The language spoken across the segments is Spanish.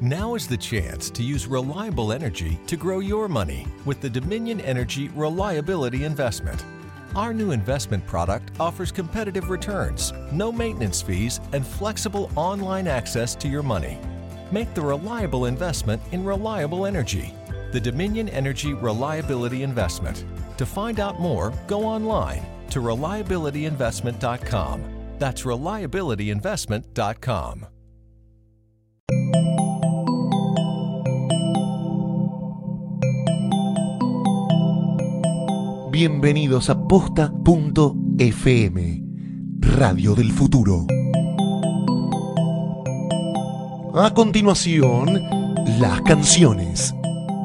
Now is the chance to use reliable energy to grow your money with the Dominion Energy Reliability Investment. Our new investment product offers competitive returns, no maintenance fees, and flexible online access to your money. Make the reliable investment in reliable energy. The Dominion Energy Reliability Investment. To find out more, go online to reliabilityinvestment.com. That's reliabilityinvestment.com. Bienvenidos a Posta.fm, Radio del Futuro. A continuación, las canciones.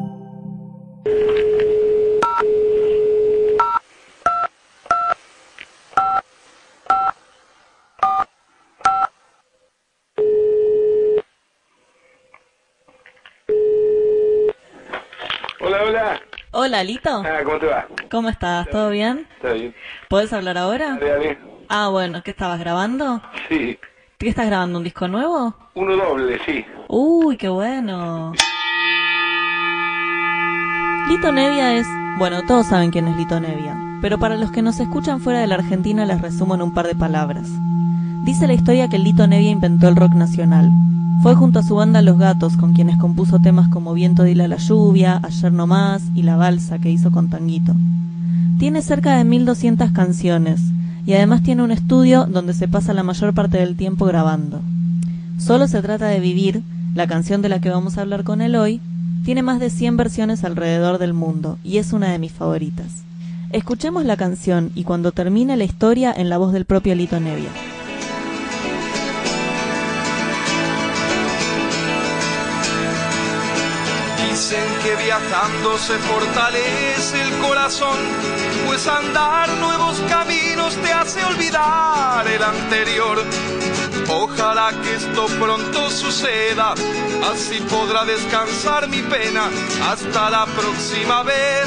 Hola. Hola, Lito. ¿Cómo te va? ¿Cómo estás? ¿Todo bien? Está bien. ¿Podés hablar ahora? Dale. Bueno, ¿qué estabas grabando? Sí. ¿Qué estás grabando? ¿Un disco nuevo? Uno doble, sí. Uy, qué bueno. Lito Nevia es... Bueno, todos saben quién es Lito Nevia, pero para los que nos escuchan fuera de la Argentina les resumo en un par de palabras. Dice la historia que Lito Nevia inventó el rock nacional. Fue junto a su banda Los Gatos con quienes compuso temas como Viento dile a la lluvia, Ayer no más y La balsa que hizo con Tanguito. Tiene cerca de 1200 canciones y además tiene un estudio donde se pasa la mayor parte del tiempo grabando. Solo se trata de vivir, la canción de la que vamos a hablar con él hoy, tiene más de 100 versiones alrededor del mundo y es una de mis favoritas. Escuchemos la canción y cuando termine la historia en la voz del propio Lito Nevia. Dicen que viajando se fortalece el corazón, pues andar nuevos caminos te hace olvidar el anterior. Ojalá que esto pronto suceda, así podrá descansar mi pena hasta la próxima vez.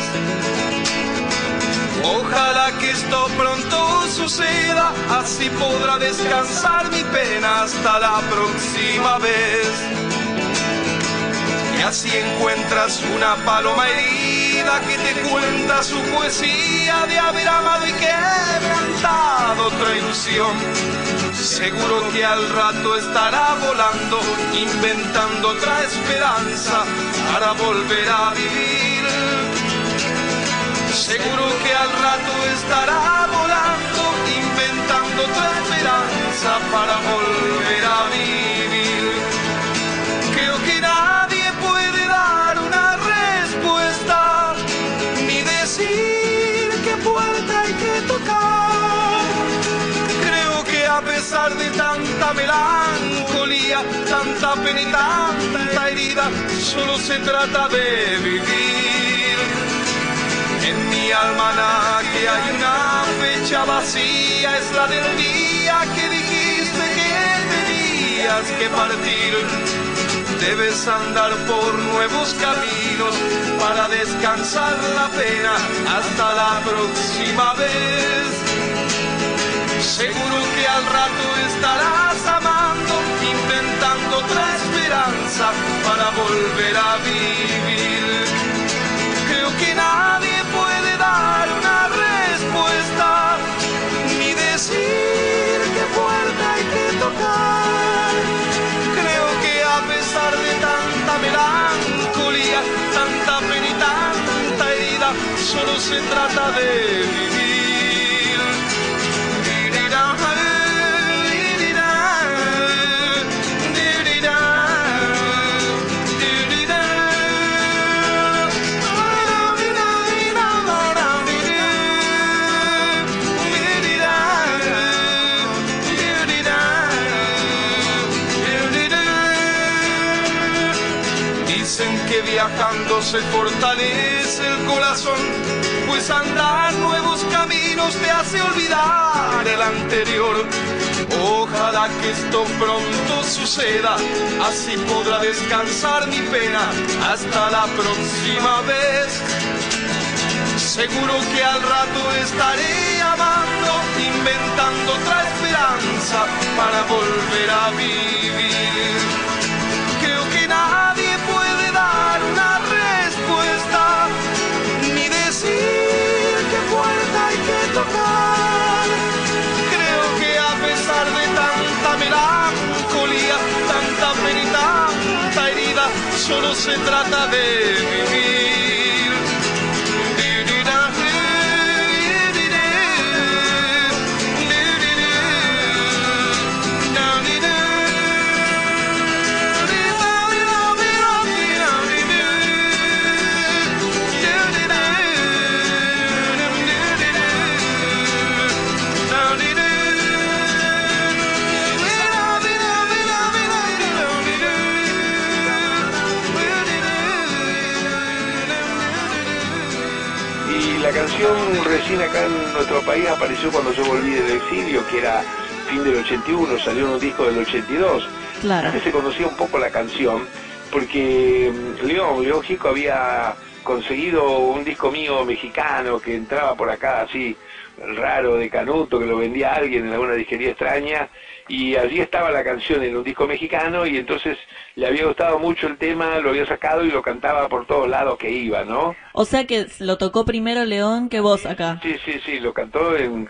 Ojalá que esto pronto suceda, así podrá descansar mi pena hasta la próxima vez. Y así encuentras una paloma herida que te cuenta su poesía de haber amado y quebrantado otra ilusión. Seguro que al rato estará volando, inventando otra esperanza para volver a vivir. Seguro que al rato estará volando, inventando otra esperanza para volver a vivir. Creo que nadie puede dar una respuesta, ni decir qué puerta hay que tocar. Creo que a pesar de tanta melancolía, tanta pena y tanta herida, solo se trata de vivir. En mi almanaque hay una fecha vacía, es la del día que dijiste que tenías que partir. Debes andar por nuevos caminos para descansar la pena hasta la próxima vez. Seguro que al rato estarás amando, inventando otra esperanza para volver a vivir. Creo que nadie puede dar una respuesta, ni decir qué puerta hay que tocar. Creo que a pesar de tanta melancolía, tanta pena y tanta herida, solo se trata de vivir. Viajando se fortalece el corazón, pues andar nuevos caminos te hace olvidar el anterior. Ojalá que esto pronto suceda, así podrá descansar mi pena hasta la próxima vez. Seguro que al rato estaré amando, inventando otra esperanza para volver a vivir. Creo que nada solo se trata de vivir. La canción recién acá en nuestro país apareció cuando yo volví del exilio, que era fin del 81, salió en un disco del 82. Claro. Antes se conocía un poco la canción, porque León Gieco había conseguido un disco mío mexicano que entraba por acá así raro de Canuto, que lo vendía alguien en alguna disquería extraña, y allí estaba la canción en un disco mexicano, y entonces le había gustado mucho el tema, lo había sacado y lo cantaba por todos lados que iba, ¿no? O sea que lo tocó primero León que vos acá. Sí, lo cantó en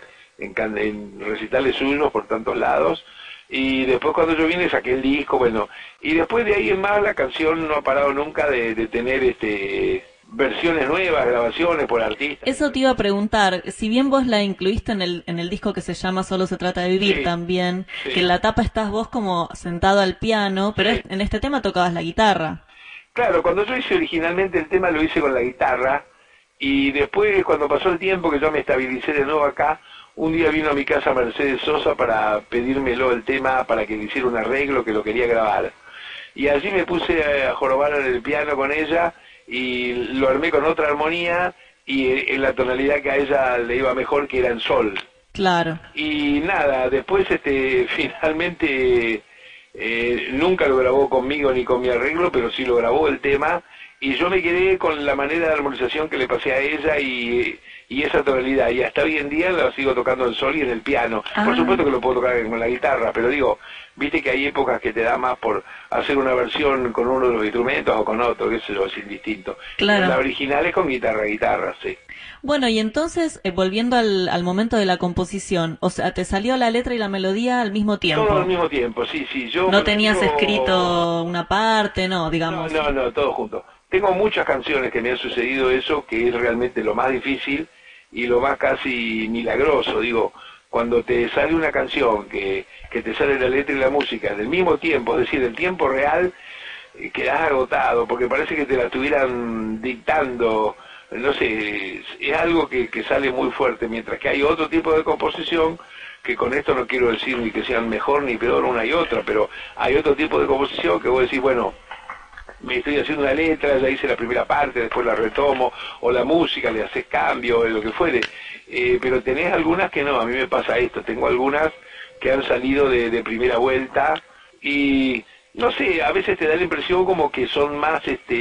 recitales suyos por tantos lados, y después cuando yo vine saqué el disco, bueno, y después de ahí en más la canción no ha parado nunca de tener versiones nuevas, grabaciones por artistas. Eso te iba a preguntar, si bien vos la incluiste en el disco que se llama Solo se trata de vivir, Sí, también, sí. que en la tapa estás vos como sentado al piano, pero Sí. en este tema tocabas la guitarra. Claro, cuando yo hice originalmente el tema lo hice con la guitarra, y después cuando pasó el tiempo que yo me estabilicé de nuevo acá, un día vino a mi casa Mercedes Sosa para pedírmelo el tema para que le hiciera un arreglo que lo quería grabar. Y allí me puse a jorobar en el piano con ella y lo armé con otra armonía y en la tonalidad que a ella le iba mejor, que era en sol. Claro. Y nada, después finalmente nunca lo grabó conmigo ni con mi arreglo, pero sí lo grabó el tema, y yo me quedé con la manera de armonización que le pasé a ella y esa tonalidad, y hasta hoy en día la sigo tocando en sol y en el piano. Por supuesto que lo puedo tocar con la guitarra, pero digo, viste que hay épocas que te da más por hacer una versión con uno de los instrumentos o con otro, qué sé yo, es indistinto. Claro. La original es con guitarra, sí. Bueno, y entonces, volviendo al momento de la composición, o sea, ¿te salió la letra y la melodía al mismo tiempo? Todo al mismo tiempo, sí. Yo ¿No tenías tengo- escrito una parte, no, digamos? No, todo junto. Tengo muchas canciones que me han sucedido eso, que es realmente lo más difícil y lo más casi milagroso. Digo, cuando te sale una canción que te sale la letra y la música del mismo tiempo, es decir, el tiempo real, quedás agotado, porque parece que te la estuvieran dictando, no sé, es algo que sale muy fuerte, mientras que hay otro tipo de composición, que con esto no quiero decir ni que sean mejor ni peor una y otra, pero hay otro tipo de composición que vos decís, bueno, me estoy haciendo una letra, ya hice la primera parte, después la retomo, o la música, le haces cambio, lo que fuere, pero tenés algunas que no, a mí me pasa esto, tengo algunas que han salido de primera vuelta, y no sé, a veces te da la impresión como que son más,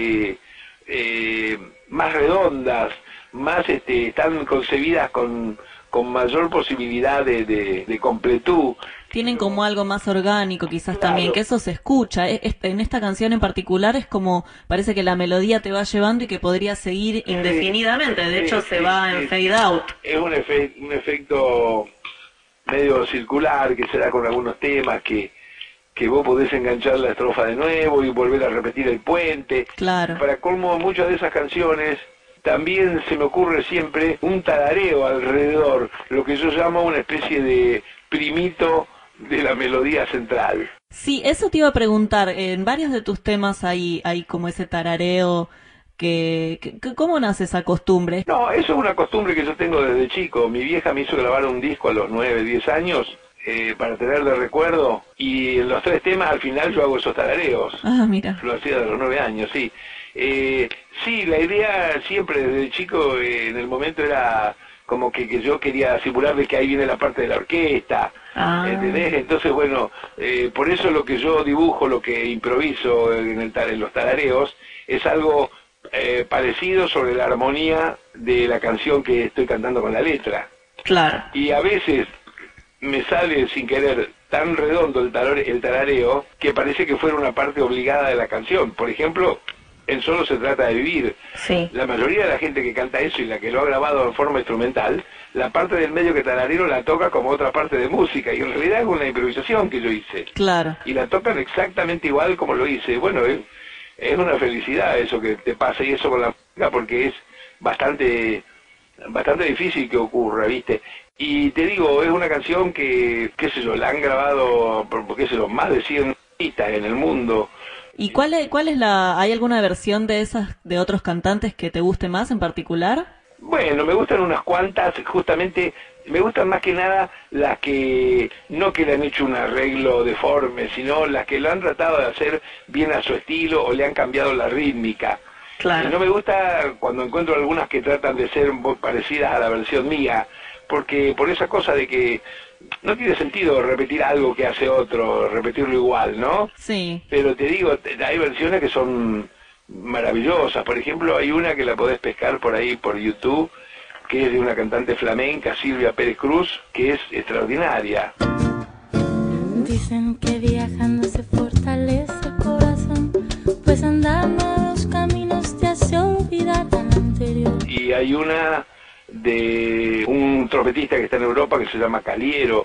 más redondas, más, están concebidas con mayor posibilidad de completud. Tienen como algo más orgánico quizás Claro. también, que eso se escucha. En esta canción en particular es como, parece que la melodía te va llevando y que podría seguir indefinidamente, de hecho se va en fade out. Es un efecto medio circular que se da con algunos temas que vos podés enganchar la estrofa de nuevo y volver a repetir el puente. Claro. Para colmo, muchas de esas canciones también se me ocurre siempre un tarareo alrededor, lo que yo llamo una especie de primito de la melodía central. Sí, eso te iba a preguntar, en varios de tus temas hay como ese tarareo, ¿cómo nace esa costumbre? No, eso es una costumbre que yo tengo desde chico. Mi vieja me hizo grabar un disco a los 9, 10 años para tener de recuerdo, y en los 3 temas al final yo hago esos tarareos. Ah, mira. Lo hacía de los 9 años, sí. Sí, la idea siempre desde chico, en el momento era como que yo quería simular de que ahí viene la parte de la orquesta, ¿entendés? Entonces, bueno, por eso lo que yo dibujo, lo que improviso en los tarareos, es algo parecido sobre la armonía de la canción que estoy cantando con la letra. Claro. Y a veces me sale sin querer tan redondo el tarareo que parece que fuera una parte obligada de la canción. Por ejemplo, en Solo se trata de vivir. Sí. La mayoría de la gente que canta eso y la que lo ha grabado en forma instrumental, la parte del medio que tarareo la toca como otra parte de música, y en realidad es una improvisación que yo hice. Claro. Y la tocan exactamente igual como lo hice. Bueno, es una felicidad eso que te pase y eso con la música, porque es bastante difícil que ocurra, ¿viste? Y te digo, es una canción que, qué sé yo, la han grabado, qué sé yo, más de 100 artistas en el mundo. ¿Y cuál es hay alguna versión de esas de otros cantantes que te guste más en particular? Bueno, me gustan unas cuantas, justamente me gustan más que nada las que no que le han hecho un arreglo deforme, sino las que lo han tratado de hacer bien a su estilo o le han cambiado la rítmica. Claro. Y no me gusta cuando encuentro algunas que tratan de ser muy parecidas a la versión mía, porque por esa cosa de que no tiene sentido repetir algo que hace otro, repetirlo igual, ¿no? Sí. Pero te digo, hay versiones que son maravillosas. Por ejemplo, hay una que la podés pescar por ahí, por YouTube, que es de una cantante flamenca, Silvia Pérez Cruz, que es extraordinaria. Dicen que viajando se fortalece el corazón, pues andar nuevos caminos te hace olvidar al anterior. Y hay una de un trompetista que está en Europa que se llama Caliero.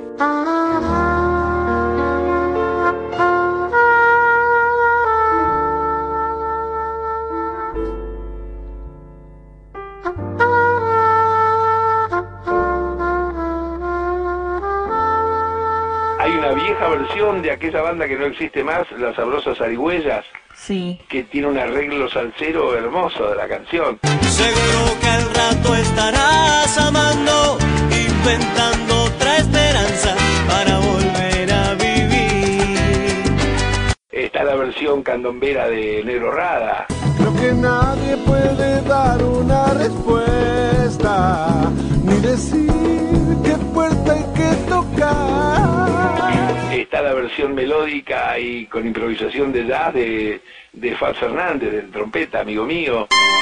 Hay una vieja versión de aquella banda que no existe más, Las Sabrosas Zarigüeyas, Sí. que tiene un arreglo salsero hermoso de la canción. Seguro que al rato estarás amando, inventando otra esperanza para volver a vivir. Está la versión candombera de Negro Rada. Creo que nadie puede dar una respuesta, ni decir qué puerta hay que tocar. Está la versión melódica y con improvisación de jazz de Fats Fernández, del trompeta, amigo mío.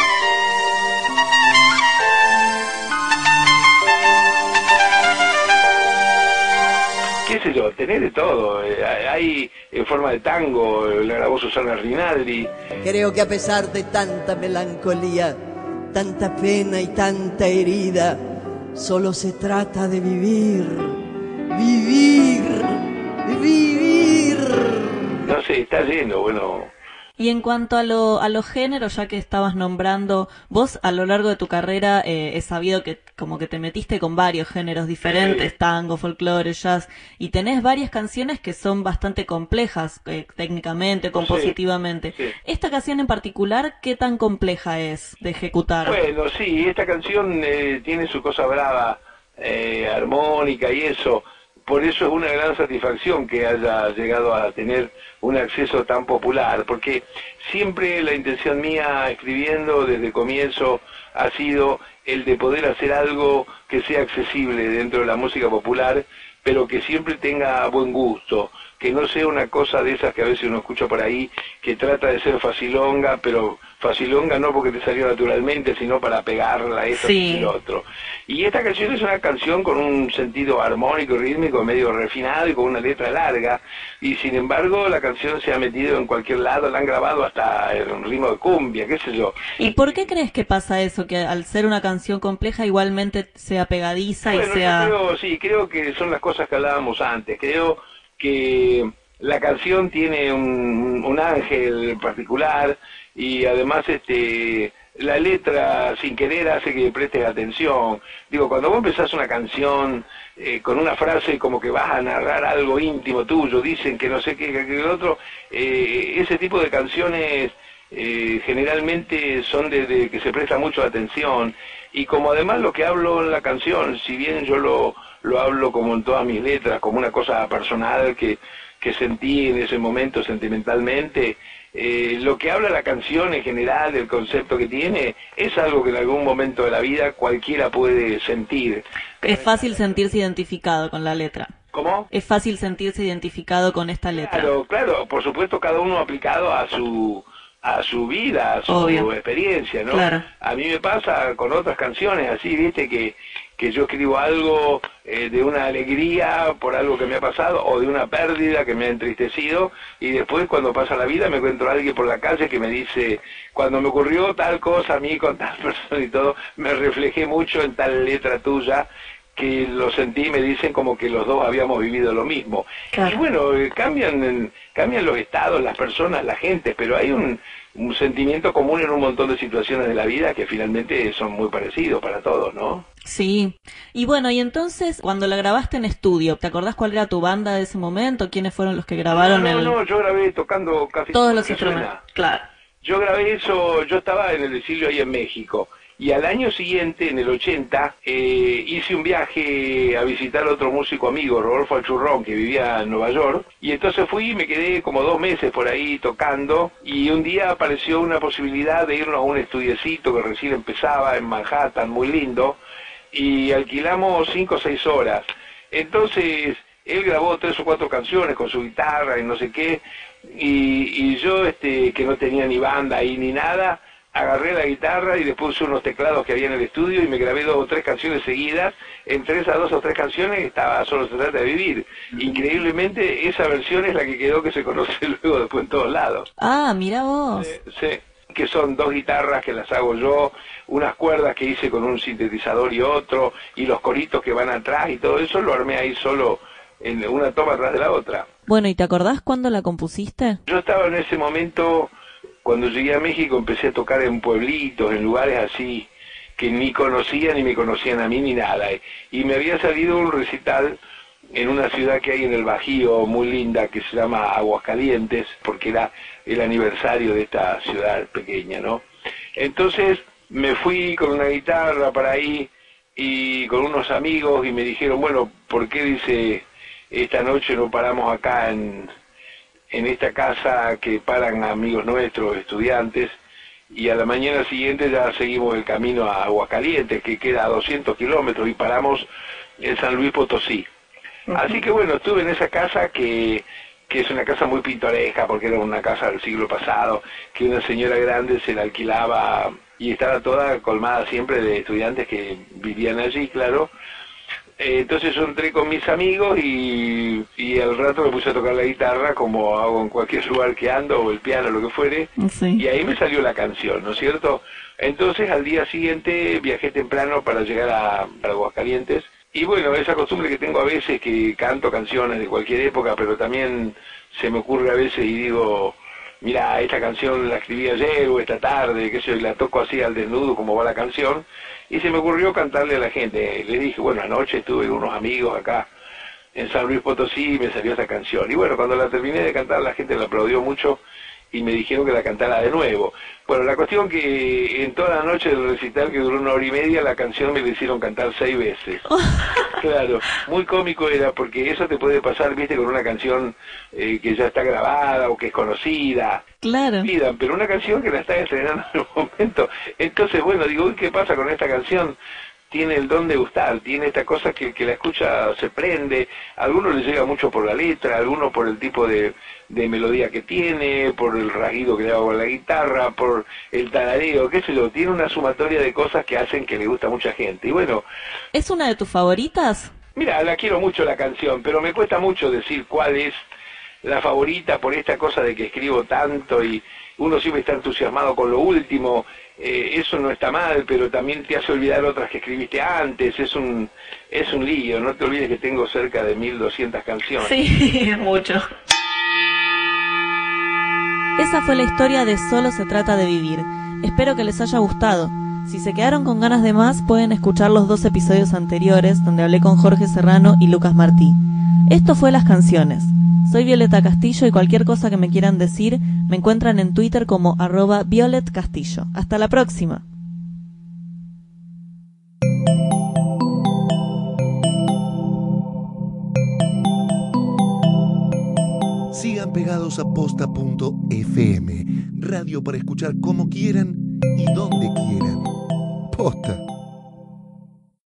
Qué sé yo, tenés de todo. Hay en forma de tango, la grabó Susana Rinaldi. Creo que a pesar de tanta melancolía, tanta pena y tanta herida, solo se trata de vivir, vivir, vivir. No sé, está lleno, bueno. Y en cuanto a los géneros, ya que estabas nombrando, vos a lo largo de tu carrera he sabido que como que te metiste con varios géneros diferentes, tango, folclore, jazz, y tenés varias canciones que son bastante complejas técnicamente, compositivamente. Sí. Esta canción en particular, ¿qué tan compleja es de ejecutar? Bueno, sí, esta canción tiene su cosa brava, armónica y eso. Por eso es una gran satisfacción que haya llegado a tener un acceso tan popular, porque siempre la intención mía escribiendo desde el comienzo ha sido el de poder hacer algo que sea accesible dentro de la música popular, pero que siempre tenga buen gusto, que no sea una cosa de esas que a veces uno escucha por ahí, que trata de ser facilonga, pero facilonga no porque te salió naturalmente, sino para pegarla a esto y lo otro. Y esta canción es una canción con un sentido armónico y rítmico medio refinado y con una letra larga, y sin embargo la canción se ha metido en cualquier lado, la han grabado hasta en un ritmo de cumbia, qué sé yo. ¿Y por qué crees que pasa eso, que al ser una canción compleja igualmente sea pegadiza y sea...? Creo que son las cosas que hablábamos antes. Creo que la canción tiene un ángel particular y además la letra sin querer hace que prestes atención. Digo, cuando vos empezás una canción con una frase como que vas a narrar algo íntimo tuyo, dicen que no sé qué, que el otro, ese tipo de canciones generalmente son de que se presta mucho atención, y como además lo que hablo en la canción, si bien yo lo hablo como en todas mis letras, como una cosa personal que sentí en ese momento sentimentalmente, lo que habla la canción en general, el concepto que tiene, es algo que en algún momento de la vida cualquiera puede sentir. Es fácil sentirse identificado con la letra. ¿Cómo? Es fácil sentirse identificado con esta letra. Claro, por supuesto, cada uno aplicado a su vida, a su experiencia, ¿no? Claro. A mí me pasa con otras canciones así, viste, que yo escribo algo de una alegría por algo que me ha pasado, o de una pérdida que me ha entristecido, y después cuando pasa la vida me encuentro a alguien por la calle que me dice, cuando me ocurrió tal cosa a mí con tal persona y todo, me reflejé mucho en tal letra tuya, que lo sentí, me dicen como que los dos habíamos vivido lo mismo. Claro. Y bueno, cambian los estados, las personas, la gente, pero hay un sentimiento común en un montón de situaciones de la vida que finalmente son muy parecidos para todos, ¿no? Sí. Y bueno, y entonces, cuando la grabaste en estudio, ¿te acordás cuál era tu banda de ese momento? ¿Quiénes fueron los que grabaron No, yo grabé tocando casi todos todo los lo que instrumentos? suena. Claro. Yo grabé eso, yo estaba en el exilio ahí en México, y al año siguiente, en el 80, hice un viaje a visitar a otro músico amigo, Rodolfo Alchurrón, que vivía en Nueva York, y entonces fui y me quedé como 2 meses por ahí tocando, y un día apareció una posibilidad de irnos a un estudiecito que recién empezaba en Manhattan, muy lindo, y alquilamos 5 o 6 horas. Entonces, él grabó 3 o 4 canciones con su guitarra y no sé qué, y yo, que no tenía ni banda ahí ni nada, agarré la guitarra y después puse unos teclados que había en el estudio y me grabé 2 o 3 canciones seguidas. Entre esas 2 o 3 canciones estaba Solo se trata de vivir. Increíblemente, esa versión es la que quedó, que se conoce luego después en todos lados. Ah, mira vos. Sí, que son 2 guitarras que las hago yo, unas cuerdas que hice con un sintetizador y otro, y los coritos que van atrás y todo eso lo armé ahí solo en una toma atrás de la otra. Bueno, ¿y te acordás cuándo la compusiste? Yo estaba en ese momento, cuando llegué a México, empecé a tocar en pueblitos, en lugares así, que ni conocían ni me conocían a mí ni nada. Y me había salido un recital en una ciudad que hay en el Bajío, muy linda, que se llama Aguascalientes, porque era el aniversario de esta ciudad pequeña, ¿no? Entonces me fui con una guitarra para ahí y con unos amigos y me dijeron, bueno, ¿por qué, dice, esta noche no paramos acá en esta casa que paran amigos nuestros, estudiantes, y a la mañana siguiente ya seguimos el camino a Aguascalientes, que queda a 200 kilómetros, y paramos en San Luis Potosí? Así que bueno, estuve en esa casa que es una casa muy pintoresca, porque era una casa del siglo pasado, que una señora grande se la alquilaba y estaba toda colmada siempre de estudiantes que vivían allí, claro. Entonces yo entré con mis amigos y al rato me puse a tocar la guitarra, como hago en cualquier lugar que ando, o el piano, lo que fuere, Sí. y ahí me salió la canción, ¿no es cierto? Entonces al día siguiente viajé temprano para llegar a Aguascalientes, y bueno, esa costumbre que tengo a veces, que canto canciones de cualquier época, pero también se me ocurre a veces y digo, mira, esta canción la escribí ayer o esta tarde, qué sé yo, y la toco así al desnudo como va la canción, y se me ocurrió cantarle a la gente. Le dije, bueno, anoche estuve con unos amigos acá en San Luis Potosí y me salió esta canción. Y bueno, cuando la terminé de cantar, la gente la aplaudió mucho y me dijeron que la cantara de nuevo. Bueno, la cuestión que en toda la noche del recital, que duró 1 hora y media, la canción me la hicieron cantar 6 veces. Claro, muy cómico era, porque eso te puede pasar, viste, con una canción que ya está grabada o que es conocida. Claro. Pero una canción que la estás estrenando en un momento. Entonces, bueno, digo, uy, ¿qué pasa con esta canción? Tiene el don de gustar, tiene esta cosa que la escucha se prende, a algunos les llega mucho por la letra, a algunos por el tipo de melodía que tiene, por el rasguido que le hago con la guitarra, por el tarareo, qué sé yo, tiene una sumatoria de cosas que hacen que le gusta a mucha gente. Y bueno, ¿Es una de tus favoritas? mira, la quiero mucho la canción, pero me cuesta mucho decir cuál es la favorita, por esta cosa de que escribo tanto y uno siempre está entusiasmado con lo último. Eso no está mal, pero también te hace olvidar otras que escribiste antes. Es un lío. No te olvides que tengo cerca de 1200 canciones. Sí, mucho. Esa fue la historia de Solo se trata de vivir. Espero que les haya gustado. Si se quedaron con ganas de más, pueden escuchar los 2 episodios anteriores, donde hablé con Jorge Serrano y Lucas Martí. Esto fue Las Canciones. Soy Violeta Castillo y cualquier cosa que me quieran decir, me encuentran en Twitter como @VioletCastillo. Hasta la próxima. Sigan pegados a posta.fm, radio para escuchar como quieran y donde quieran. Posta.